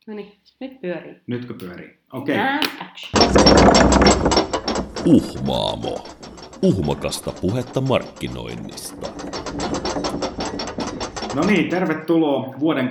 No niin, nyt pyörii. Nytkö pyörii? Okei. Uhmaamo. Uhmakasta puhetta markkinoinnista. No niin, tervetuloa vuoden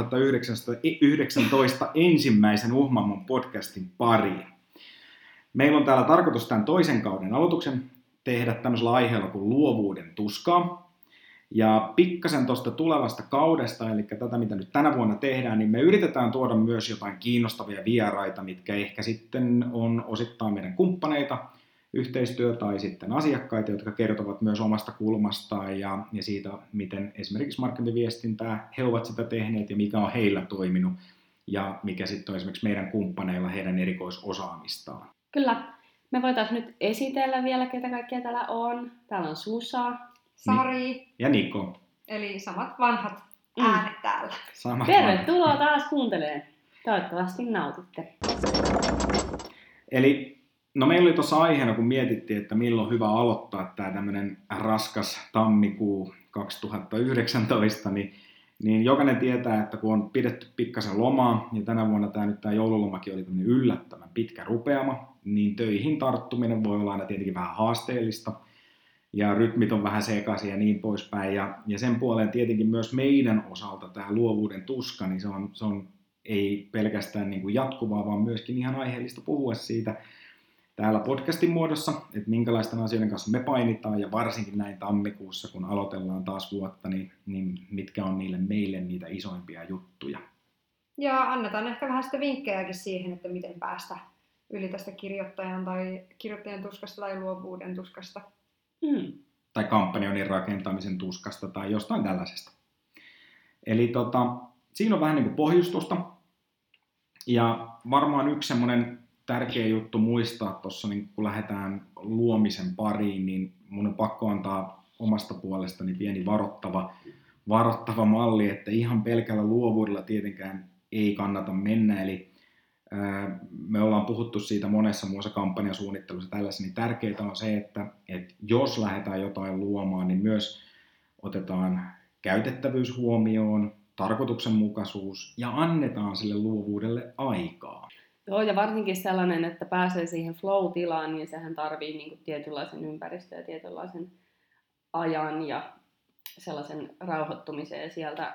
2019 ensimmäisen Uhmaamon podcastin pariin. Meillä on täällä tarkoitus tämän toisen kauden aloituksen tehdä tämmöisellä aiheella kuin luovuuden tuskaa. Ja pikkasen tuosta tulevasta kaudesta, eli tätä mitä nyt tänä vuonna tehdään, niin me yritetään tuoda myös jotain kiinnostavia vieraita, mitkä ehkä sitten on osittain meidän kumppaneita, yhteistyö tai sitten asiakkaita, jotka kertovat myös omasta kulmastaan ja siitä, miten esimerkiksi markkinointiviestintää he ovat sitä tehneet ja mikä on heillä toiminut ja mikä sitten on esimerkiksi meidän kumppaneilla heidän erikoisosaamistaan. Kyllä. Me voitaisiin nyt esitellä vielä, ketä kaikkia täällä on. Täällä on Susa. Sari. Ja Niko. Eli samat vanhat äänet täällä. Tervetuloa taas kuuntelemaan. Toivottavasti nautitte. Eli no meillä oli tuossa aiheena, kun mietittiin, että milloin on hyvä aloittaa tämä tämmöinen raskas tammikuu 2019, niin jokainen tietää, että kun on pidetty pikkasen lomaa, ja tänä vuonna tämä joululomakin oli tämmöinen yllättävän pitkä rupeama, niin töihin tarttuminen voi olla aina tietenkin vähän haasteellista, ja rytmit on vähän sekaisin ja niin poispäin, ja sen puoleen tietenkin myös meidän osalta tämä luovuuden tuska, niin se on ei pelkästään niin kuin jatkuvaa, vaan myöskin ihan aiheellista puhua siitä täällä podcastin muodossa, että minkälaisten asioiden kanssa me painitaan, ja varsinkin näin tammikuussa, kun aloitellaan taas vuotta, niin mitkä on meille niitä isoimpia juttuja. Ja annetaan ehkä vähän sitä vinkkejäkin siihen, että miten päästä yli tästä kirjoittajan tuskasta tai luovuuden tuskasta. Tai kampanjoinnin rakentamisen tuskasta tai jostain tällaisesta. Eli siinä on vähän niin kuin pohjustusta. Ja varmaan yksi semmoinen tärkeä juttu muistaa tuossa, niin kun lähdetään luomisen pariin, niin mun on pakko antaa omasta puolestani pieni varoittava malli, että ihan pelkällä luovuudella tietenkään ei kannata mennä. Eli me ollaan puhuttu siitä monessa muussa kampanjasuunnittelussa tällaisessa, niin tärkeää on se, että jos lähdetään jotain luomaan, niin myös otetaan käytettävyys huomioon, tarkoituksenmukaisuus ja annetaan sille luovuudelle aikaa. Joo, ja varsinkin sellainen, että pääsee siihen flow-tilaan, niin sehän tarvii niin kuin tietynlaisen ympäristön ja tietynlaisen ajan ja sellaisen rauhoittumisen. Ja sieltä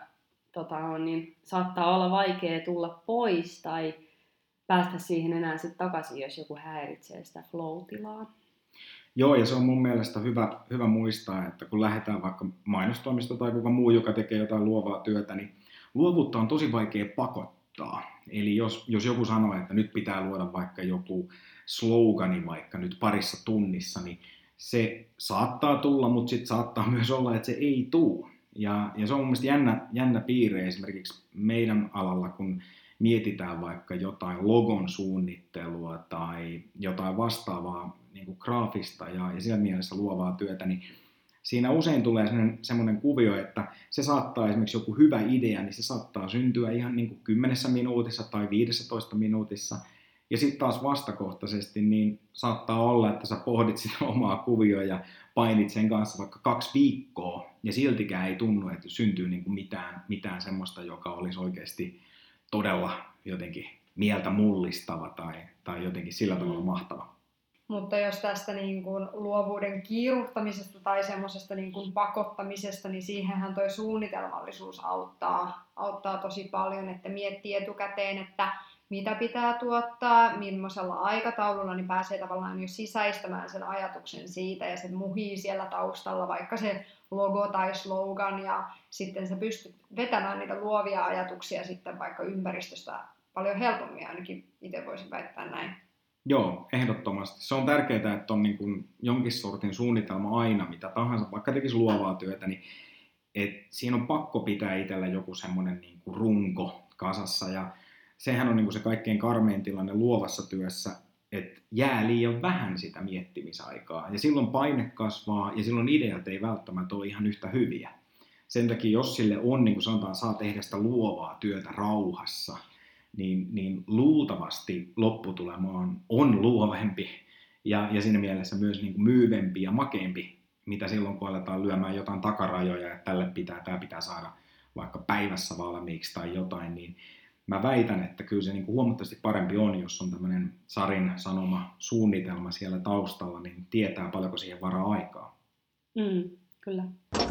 niin saattaa olla vaikea tulla pois tai päästä siihen enää sitten takaisin, jos joku häiritsee sitä flow-tilaa. Joo, ja se on mun mielestä hyvä muistaa, että kun lähdetään vaikka mainostoimisto tai kuka muu, joka tekee jotain luovaa työtä, niin luovuutta on tosi vaikea pakottaa. Eli jos joku sanoo, että nyt pitää luoda vaikka joku slogani vaikka nyt parissa tunnissa, niin se saattaa tulla, mutta sitten saattaa myös olla, että se ei tule. Ja se on mun mielestä jännä piirre esimerkiksi meidän alalla, kun mietitään vaikka jotain logon suunnittelua tai jotain vastaavaa niin kuin graafista ja siinä mielessä luovaa työtä, niin siinä usein tulee semmoinen kuvio, että se saattaa esimerkiksi joku hyvä idea, niin se saattaa syntyä ihan niin kuin 10 minuutissa tai 15 minuutissa. Ja sitten taas vastakohtaisesti niin saattaa olla, että sä pohdit sitä omaa kuvioa ja painit sen kanssa vaikka 2 viikkoa ja siltikään ei tunnu, että syntyy niin kuin mitään semmoista, joka olisi oikeasti todella jotenkin mieltä mullistava tai jotenkin sillä tavalla mahtava. Mutta jos tästä niin kuin luovuuden kiiruhtamisesta tai semmoisesta niin kuin pakottamisesta, niin siihenhän toi suunnitelmallisuus auttaa tosi paljon, että miettii etukäteen, että mitä pitää tuottaa, millaisella aikataululla, niin pääsee tavallaan jo sisäistämään sen ajatuksen siitä ja se muhii siellä taustalla vaikka se logo tai slogan ja sitten sä pystyt vetämään niitä luovia ajatuksia sitten vaikka ympäristöstä paljon helpommin, ainakin itse voisin väittää näin. Joo, ehdottomasti. Se on tärkeää, että on niin kuin jonkin sortin suunnitelma aina, mitä tahansa, vaikka tekisi luovaa työtä, niin siinä on pakko pitää itsellä joku semmoinen niin kuin runko kasassa ja sehän on niin kuin se kaikkein karmein tilanne luovassa työssä, että jää liian vähän sitä miettimisaikaa ja silloin paine kasvaa ja silloin ideat ei välttämättä ole ihan yhtä hyviä. Sen takia, jos sille on, niin kuin sanotaan, saa tehdä sitä luovaa työtä rauhassa, niin luultavasti lopputulema on luovempi ja siinä mielessä myös niin kuin myyvempi ja makeampi, mitä silloin kun aletaan lyömään jotain takarajoja, että tämä pitää saada vaikka päivässä valmiiksi tai jotain, niin mä väitän, että kyllä se niin kuin huomattavasti parempi on, jos on tämmöinen Sarin sanoma suunnitelma siellä taustalla, niin tietää paljonko siihen varaa aikaa. Kyllä.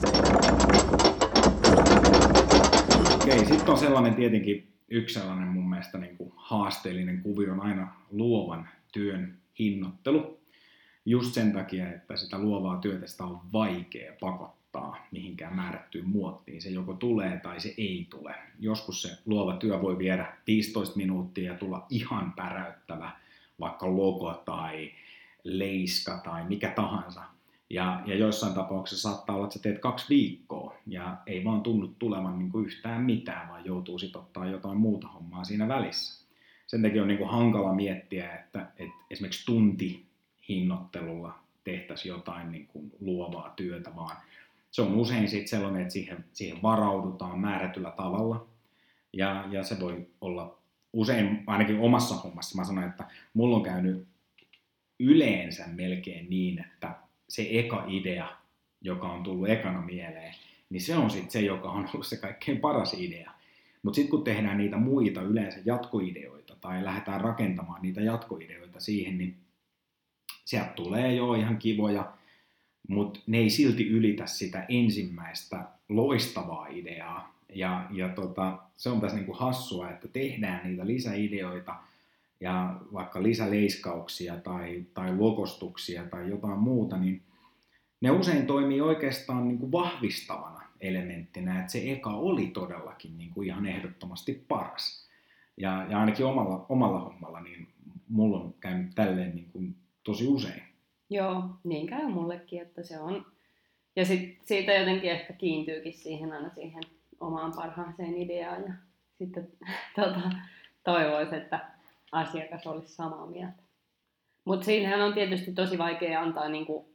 Okei, sitten on sellainen tietenkin yksi sellainen mun mielestä niin kuin haasteellinen kuvio on aina luovan työn hinnoittelu. Just sen takia, että sitä luovaa työtä sitä on vaikea pakottaa mihinkään määrättyyn muottiin. Se joko tulee tai se ei tule. Joskus se luova työ voi viedä 15 minuuttia ja tulla ihan päräyttävä, vaikka logo tai leiska tai mikä tahansa. Ja joissain tapauksissa saattaa olla, että sä teet 2 viikkoa ja ei vaan tunnu tulevan niin kuin yhtään mitään, vaan joutuu sitten ottaa jotain muuta hommaa siinä välissä. Sen takia on niin kuin hankala miettiä, että esimerkiksi tuntihinnoittelulla tehtäisiin jotain niin kuin luovaa työtä, vaan se on usein sitten sellainen, että siihen varaudutaan määrätyllä tavalla. Ja se voi olla usein, ainakin omassa hommassa, mä sanon, että mulla on käynyt yleensä melkein niin, että se eka idea, joka on tullut ekana mieleen, niin se on sitten se, joka on ollut se kaikkein paras idea. Mutta sitten kun tehdään niitä muita yleensä jatkoideoita tai lähdetään rakentamaan niitä jatkoideoita siihen, niin sieltä tulee jo ihan kivoja, mutta ne ei silti ylitä sitä ensimmäistä loistavaa ideaa. Ja se on tässä niinku hassua, että tehdään niitä lisäideoita ja vaikka lisäleiskauksia tai logostuksia tai jotain muuta, niin ne usein toimii oikeastaan niin kuin vahvistavana elementtinä, että se eka oli todellakin niin kuin ihan ehdottomasti paras. Ja ainakin omalla hommalla, niin mulla on käynyt tälleen niin kuin tosi usein. Joo, niin käy mullekin, että se on. Ja siitä jotenkin ehkä kiintyykin aina siihen omaan parhaaseen ideaan ja sitten toivoisi, että asiakas olisi samaa mieltä. Mutta siinähän on tietysti tosi vaikea antaa niinku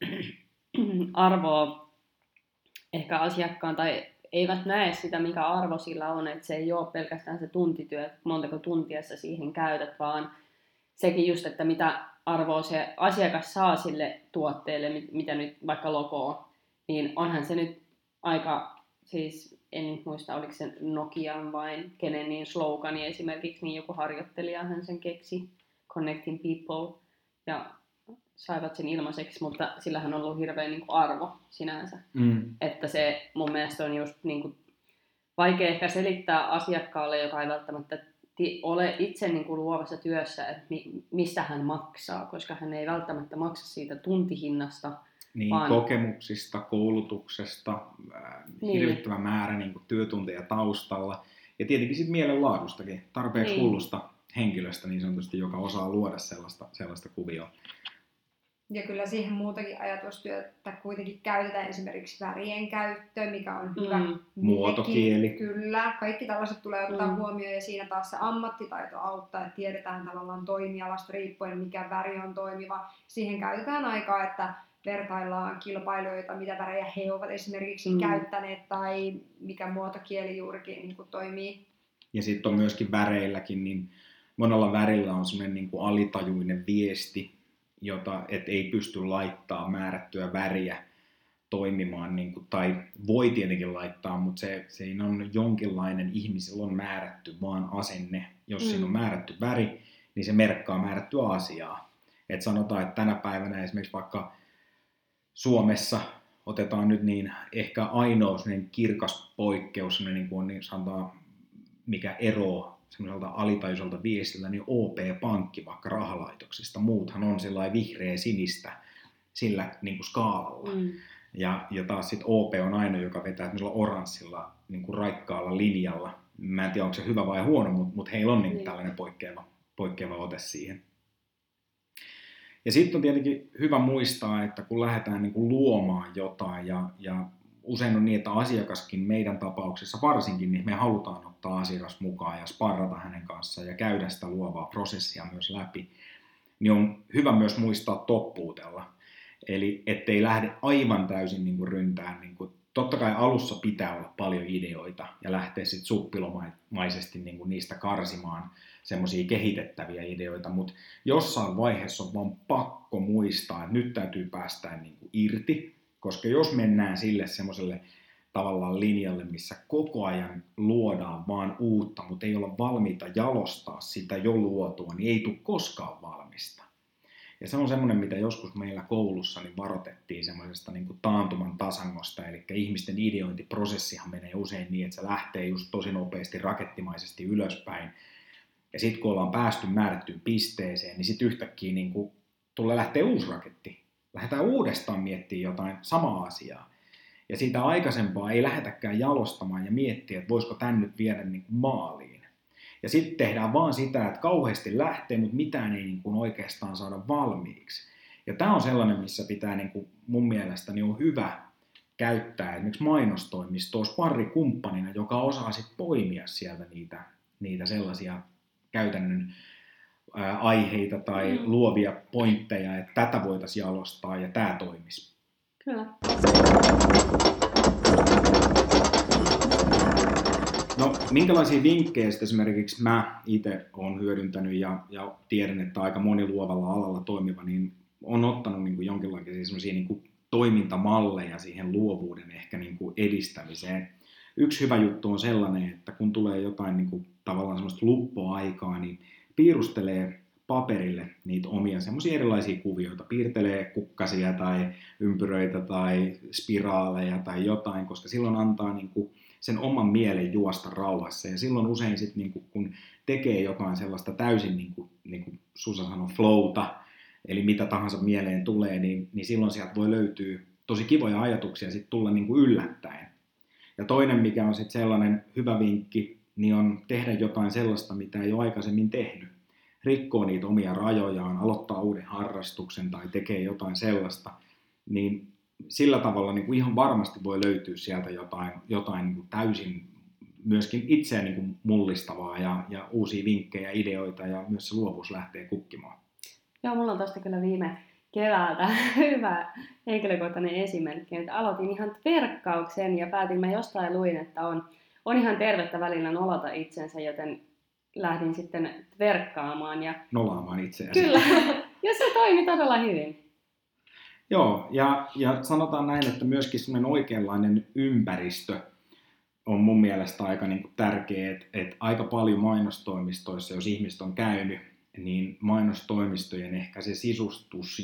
arvoa ehkä asiakkaan, tai eivät näe sitä, mikä arvo sillä on, että se ei ole pelkästään se tuntityö, montako tuntia sä siihen käytät, vaan sekin just, että mitä arvoa se asiakas saa sille tuotteelle, mitä nyt vaikka logo on, niin onhan se nyt aika, siis en muista oliko se Nokian vai kenen niin slogani esimerkiksi, niin joku harjoittelijahan sen keksi, Connecting People, ja saivat sen ilmaiseksi, mutta sillähän on ollut hirveä niin kuin arvo sinänsä. Että se mun mielestä on just niin kuin vaikea ehkä selittää asiakkaalle, joka ei välttämättä ole itse niin kuin luovassa työssä, että mistä hän maksaa, koska hän ei välttämättä maksa siitä tuntihinnasta. Niin, vaan kokemuksista, koulutuksesta, hirvittävä määrä niin kuin työtunteja taustalla ja tietenkin sitten mielenlaadustakin, tarpeeksi hullusta henkilöstä niin sanotusti, joka osaa luoda sellaista kuvioa. Ja kyllä siihen muutakin ajatustyötä kuitenkin käytetään, esimerkiksi värien käyttö, mikä on hyvä. Muotokieli. Kyllä, kaikki tällaiset tulee ottaa huomioon ja siinä taas se ammattitaito auttaa, että tiedetään tavallaan toimialasta riippuen, mikä väri on toimiva. Siihen käytetään aikaa, että vertaillaan kilpailijoita, mitä värejä he ovat esimerkiksi käyttäneet tai mikä muotokieli juurikin niin kuin toimii. Ja sitten on myöskin väreilläkin, niin monella värillä on sellainen niin kuin alitajuinen viesti, jota et ei pysty laittaa määrättyä väriä toimimaan, niin kuin, tai voi tietenkin laittaa, mutta siinä on jonkinlainen, ihmisillä on määrätty vaan asenne. Jos siinä on määrätty väri, niin se merkkaa määrättyä asiaa. Et sanotaan, että tänä päivänä esimerkiksi vaikka Suomessa otetaan nyt niin ehkä ainoa kirkas poikkeus, niin kuin niin sanotaan, mikä eroaa semmoiselta alitajuiselta viestiltä, niin OP-pankki vaikka rahalaitoksista. Muuthan on sellainen vihreä-sinistä sillä niin kuin skaalalla. Ja taas sitten OP on ainoa, joka vetää oranssilla niin kuin raikkaalla linjalla. Mä en tiedä, onko se hyvä vai huono, mutta heillä on niin tällainen poikkeava ote siihen. Ja sitten on tietenkin hyvä muistaa, että kun lähdetään niin kuin luomaan jotain, ja usein on niin, että asiakaskin meidän tapauksessa varsinkin, niin me halutaan ottaa asiakas mukaan ja sparrata hänen kanssaan ja käydä sitä luovaa prosessia myös läpi, niin on hyvä myös muistaa toppuutella. Eli ettei lähde aivan täysin niin kuin ryntään. Niin kuin, totta kai alussa pitää olla paljon ideoita ja lähteä sitten suppilomaisesti niin kuin niistä karsimaan semmoisia kehitettäviä ideoita, mutta jossain vaiheessa on vaan pakko muistaa, että nyt täytyy päästää niin kuin irti, koska jos mennään sille semmoiselle tavallaan linjalle, missä koko ajan luodaan vaan uutta, mutta ei olla valmiita jalostaa sitä jo luotua, niin ei tule koskaan valmista. Ja se on semmoinen, mitä joskus meillä koulussa niin varoitettiin semmoisesta niin kuin taantuman tasangosta, eli ihmisten ideointiprosessihan menee usein niin, että se lähtee just tosi nopeasti rakettimaisesti ylöspäin. Ja sitten kun ollaan päästy määrättyyn pisteeseen, niin sitten yhtäkkiä niin kuin lähtee uusi raketti. Lähdetään uudestaan miettimään jotain samaa asiaa. Ja siitä aikaisempaa ei lähdetäkään jalostamaan ja miettiä, että voisiko tämän nyt viedä niin kuin maaliin. Ja sitten tehdään vaan sitä, että kauheasti lähtee, mutta mitään ei niin kuin oikeastaan saada valmiiksi. Ja tämä on sellainen, missä pitää niin kuin mun mielestä niin on hyvä käyttää esimerkiksi mainostoimistoa sparrikumppanina, joka osaa sitten poimia sieltä niitä sellaisia käytännön aiheita tai luovia pointteja, että tätä voitaisiin jalostaa ja tämä toimisi. Kyllä. No, minkälaisia vinkkejä esimerkiksi mä itse olen hyödyntänyt ja tiedän, että aika moni luovalla alalla toimiva, niin on ottanut niin kuin jonkinlaisia sellaisia niin kuin toimintamalleja siihen luovuuden ehkä niin kuin edistämiseen. Yksi hyvä juttu on sellainen, että kun tulee jotain niin kuin tavallaan semmoista luppoaikaa, niin piirustelee paperille niitä omia semmoisia erilaisia kuvioita, piirtelee kukkasia tai ympyröitä tai spiraaleja tai jotain, koska silloin antaa niin kuin sen oman mielen juosta rauhassa. Ja silloin usein sitten, niin kun tekee jotain sellaista täysin, niin kuin Susa sanoi, flowta, eli mitä tahansa mieleen tulee, niin silloin sieltä voi löytyä tosi kivoja ajatuksia sitten tulla niin kuin yllättäen. Ja toinen, mikä on sitten sellainen hyvä vinkki, niin on tehdä jotain sellaista, mitä ei ole aikaisemmin tehnyt. Rikkoo niitä omia rajojaan, aloittaa uuden harrastuksen tai tekee jotain sellaista, niin sillä tavalla niin kuin ihan varmasti voi löytyä sieltä jotain niin kuin täysin myöskin itseä niin kuin mullistavaa ja uusia vinkkejä, ideoita ja myös se luovuus lähtee kukkimaan. Joo, mulla on tosta kyllä viime keväältä hyvä henkilökohtainen esimerkki, että aloitin ihan verkkauksen ja mä jostain luin, että on ihan tervettä välillä nolota itsensä, joten lähdin sitten verkkaamaan. Ja nolaamaan itseäsi. Kyllä, ja se toimi todella hyvin. Joo, ja sanotaan näin, että myöskin semmoinen oikeanlainen ympäristö on mun mielestä aika niin kuin tärkeä, että aika paljon mainostoimistoissa, jos ihmiset on käynyt, niin mainostoimistojen ehkä se sisustus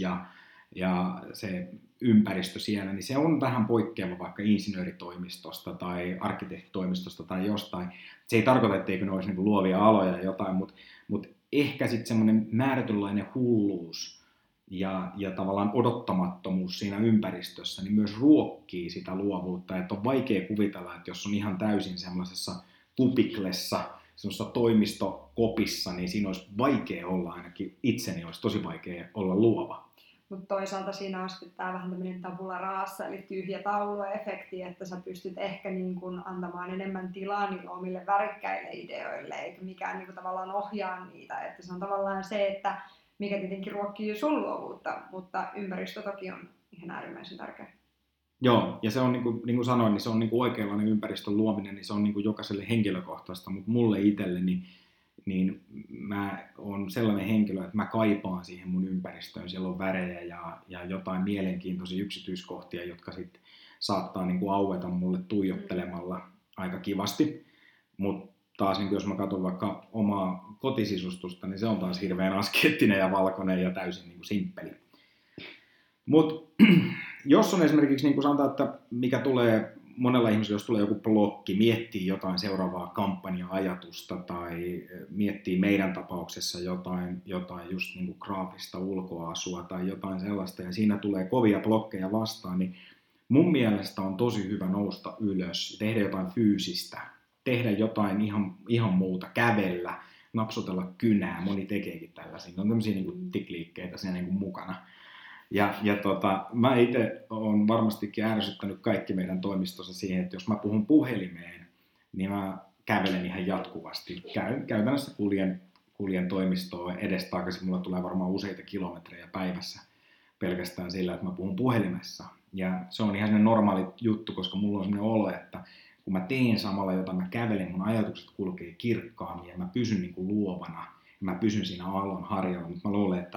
ja se ympäristö siellä, niin se on vähän poikkeava vaikka insinööritoimistosta tai arkkitehtitoimistosta tai jostain. Se ei tarkoita, etteikö ne olisi niin kuin luovia aloja ja jotain, mutta ehkä sitten semmoinen määrätynlainen hulluus ja tavallaan odottamattomuus siinä ympäristössä, niin myös ruokkii sitä luovuutta. Että on vaikea kuvitella, että jos on ihan täysin semmoisessa kupiklessa, semmoisessa toimistokopissa, niin siinä olisi vaikea olla, ainakin itseni olisi tosi vaikea olla luova. Mutta toisaalta siinä on sitten tämä vähän tämmöinen tabula rasa, eli tyhjä tauluefekti, että sä pystyt ehkä niin kun antamaan enemmän tilaa niille omille värikkäille ideoille, eikä mikään niin kun tavallaan ohjaa niitä. Että se on tavallaan se, että mikä tietenkin ruokkii sun luovuutta, mutta ympäristö toki on ihan äärimmäisen tärkeä. Joo, ja se on niin kuin sanoin, niin se on niin kuin oikeanlainen ympäristön luominen, niin se on niin kuin jokaiselle henkilökohtaista, mutta mulle itselleni niin mä oon sellainen henkilö, että mä kaipaan siihen mun ympäristöön, siellä on värejä ja jotain mielenkiintoisia yksityiskohtia, jotka sitten saattaa niin kuin aueta mulle tuijottelemalla aika kivasti, mutta taas niin jos mä katson vaikka omaa kotisisustusta, niin se on taas hirveän askeettinen ja valkoinen ja täysin niin kuin simppeli. Mutta jos on esimerkiksi, niin kuin sanotaan, että mikä tulee monella ihmisellä, jos tulee joku blokki, miettii jotain seuraavaa kampanja-ajatusta tai miettii meidän tapauksessa jotain just niin kuin graafista ulkoasua tai jotain sellaista ja siinä tulee kovia blokkeja vastaan, niin mun mielestä on tosi hyvä nousta ylös, tehdä jotain fyysistä, tehdä jotain ihan muuta, kävellä, napsutella kynää, moni tekeekin tällaisia, ne on tämmöisiä niin kuin tikliikkeitä siinä niin kuin mukana. Ja mä itse olen varmastikin ärsyttänyt kaikki meidän toimistossa siihen, että jos mä puhun puhelimeen, niin mä kävelen ihan jatkuvasti. Käytännössä kuljen toimistoon edestakaisin. Mulla tulee varmaan useita kilometrejä päivässä pelkästään sillä, että mä puhun puhelimessa. Ja se on ihan sellainen normaali juttu, koska mulla on sellainen olo, että kun mä teen samalla, jota mä kävelen, mun ajatukset kulkee kirkkaammin ja mä pysyn niin kuin luovana. Ja mä pysyn siinä aallon harjalla, mutta mä luulen, että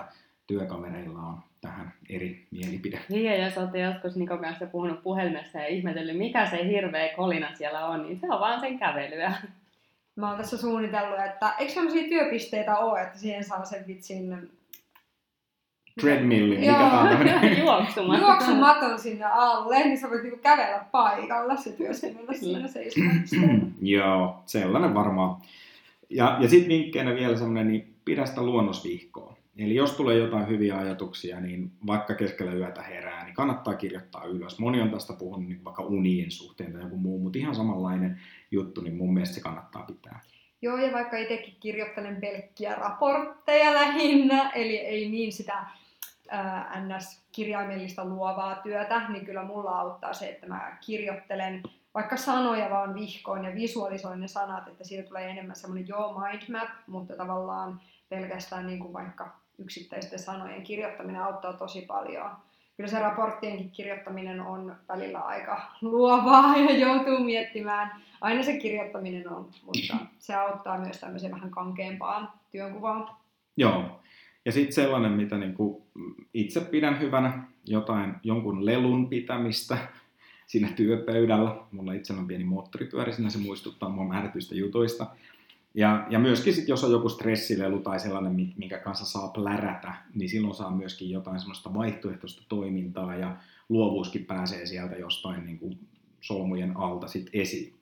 työkavereilla on tähän eri mielipide. Niin, ja jos olette joskus Nikon kanssa puhunut puhelimessa ja ihmetellyt, mikä se hirveä kolina siellä on, niin se on vaan sen kävelyä. Mä oon tässä suunnitellut, että eikö sellaisia työpisteitä ole, että siihen saa sen vitsin Treadmillin, mikä tää on tämmönen. juoksumaton sinne alle, niin sä voit niinku kävellä paikalla ja työskennellä siinä seisomapisteellä. Joo, sellainen varmaan. Ja sitten vinkkeinä vielä semmoinen, niin pidä sitä luonnosvihkoa. Eli jos tulee jotain hyviä ajatuksia, niin vaikka keskellä yötä herää, niin kannattaa kirjoittaa ylös. Moni on tästä puhunut niin vaikka unien suhteen tai joku muu, mutta ihan samanlainen juttu, niin mun mielestä se kannattaa pitää. Joo, ja vaikka itsekin kirjoittelen pelkkiä raportteja lähinnä, eli ei niin sitä NS-kirjaimellista luovaa työtä, niin kyllä mulla auttaa se, että mä kirjoittelen vaikka sanoja vaan vihkoon ja visualisoin ne sanat, että siitä tulee enemmän semmoinen mind map, mutta tavallaan pelkästään niin kuin vaikka yksittäisten sanojen kirjoittaminen auttaa tosi paljon. Kyllä se raporttienkin kirjoittaminen on välillä aika luovaa ja joutuu miettimään. Aina se kirjoittaminen on, mutta se auttaa myös tämmöiseen vähän kankeampaan työnkuvaan. Joo. Ja sitten sellainen, mitä niinku itse pidän hyvänä, jonkun lelun pitämistä siinä työpöydällä. Mulla itsellä on pieni moottoripyörä, siinä se muistuttaa mua määrätyistä jutuista. Ja myöskin sit, jos on joku stressilelu tai sellainen, minkä kanssa saa plärätä, niin silloin saa myöskin jotain semmoista vaihtoehtoista toimintaa ja luovuuskin pääsee sieltä jostain niin kuin solmujen alta sit esiin.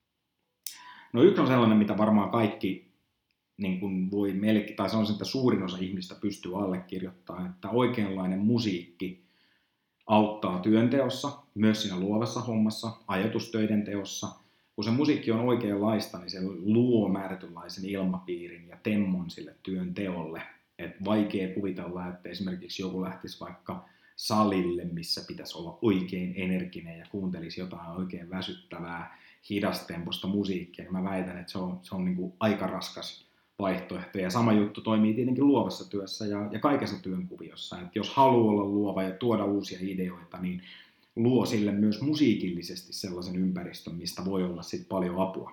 No yksi on sellainen, mitä varmaan kaikki niin kuin voi melkein, tai sanoisin, että suurin osa ihmistä pystyy allekirjoittamaan, että oikeanlainen musiikki auttaa työnteossa, myös siinä luovassa hommassa, ajatustöiden teossa. Kun se musiikki on oikeanlaista, niin se luo määrätynlaisen ilmapiirin ja temmon sille työnteolle. Et vaikea kuvitella, että esimerkiksi joku lähtisi vaikka salille, missä pitäisi olla oikein energinen ja kuuntelisi jotain oikein väsyttävää, hidastempoista musiikkia. Mä väitän, että se on niin kuin aika raskas vaihtoehto. Ja sama juttu toimii tietenkin luovassa työssä ja kaikessa työnkuviossa. Et jos haluaa olla luova ja tuoda uusia ideoita, niin luo sille myös musiikillisesti sellaisen ympäristön, mistä voi olla sit paljon apua.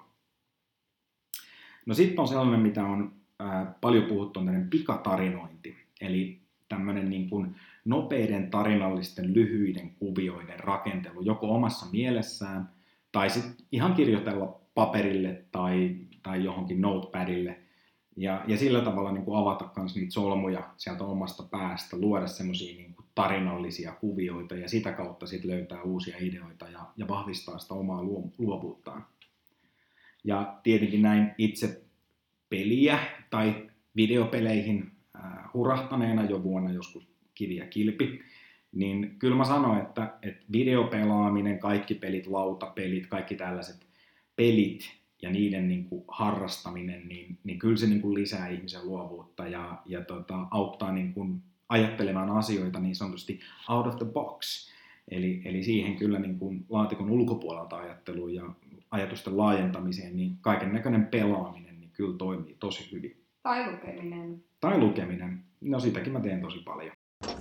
No sitten on sellainen, mitä on paljon puhuttu, on tämmöinen pikatarinointi. Eli tämmöinen niin kuin nopeiden tarinallisten lyhyiden kuvioiden rakentelu, joko omassa mielessään, tai sitten ihan kirjoitella paperille tai johonkin notepadille, ja sillä tavalla niin kuin avata myös niitä solmuja sieltä omasta päästä, luoda semmoisia niin kuin tarinallisia kuvioita, ja sitä kautta sitten löytää uusia ideoita ja vahvistaa sitä omaa luovuuttaan. Ja tietenkin näin itse peliä tai videopeleihin hurahtaneena jo vuonna joskus Kivi ja Kilpi, niin kyllä mä sanon, että videopelaaminen, kaikki pelit, lautapelit, kaikki tällaiset pelit ja niiden niin kuin harrastaminen, niin kyllä se niin kuin lisää ihmisen luovuutta ja auttaa niin kuin ajattelemaan asioita niin sanotusti out of the box. Eli siihen kyllä niin kuin laatikon ulkopuolelta ajatteluun ja ajatusten laajentamiseen, niin kaiken näköinen pelaaminen niin kyllä toimii tosi hyvin. Tai lukeminen. No sitäkin mä teen tosi paljon.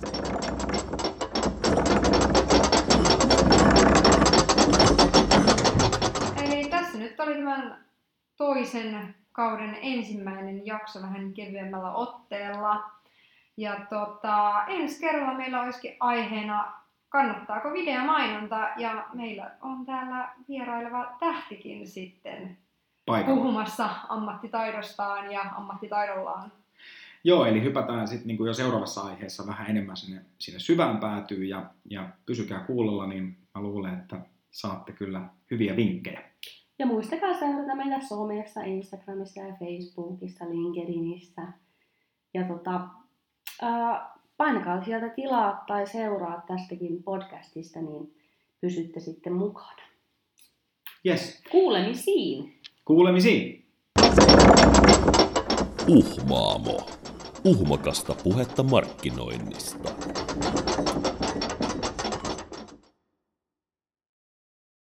Eli tässä nyt oli tämän toisen kauden ensimmäinen jakso vähän kevyemmällä otteella. Ja ensi kerralla meillä olisikin aiheena kannattaako videomainonta, ja meillä on täällä vieraileva tähtikin sitten paikalla puhumassa ammattitaidostaan ja ammattitaidollaan. Joo, eli hypätään sitten niin jo seuraavassa aiheessa vähän enemmän sinne syvään päätyyn ja pysykää kuulolla, niin mä luulen, että saatte kyllä hyviä vinkkejä. Ja muistakaa seurata meitä somessa, Instagramissa ja Facebookissa, LinkedInissä. Ja painakaa sieltä tilaa tai seuraa tästäkin podcastista, niin pysytte sitten mukana. Yes. Kuulemisiin. Uhmaamo. Uhmakasta puhetta markkinoinnista.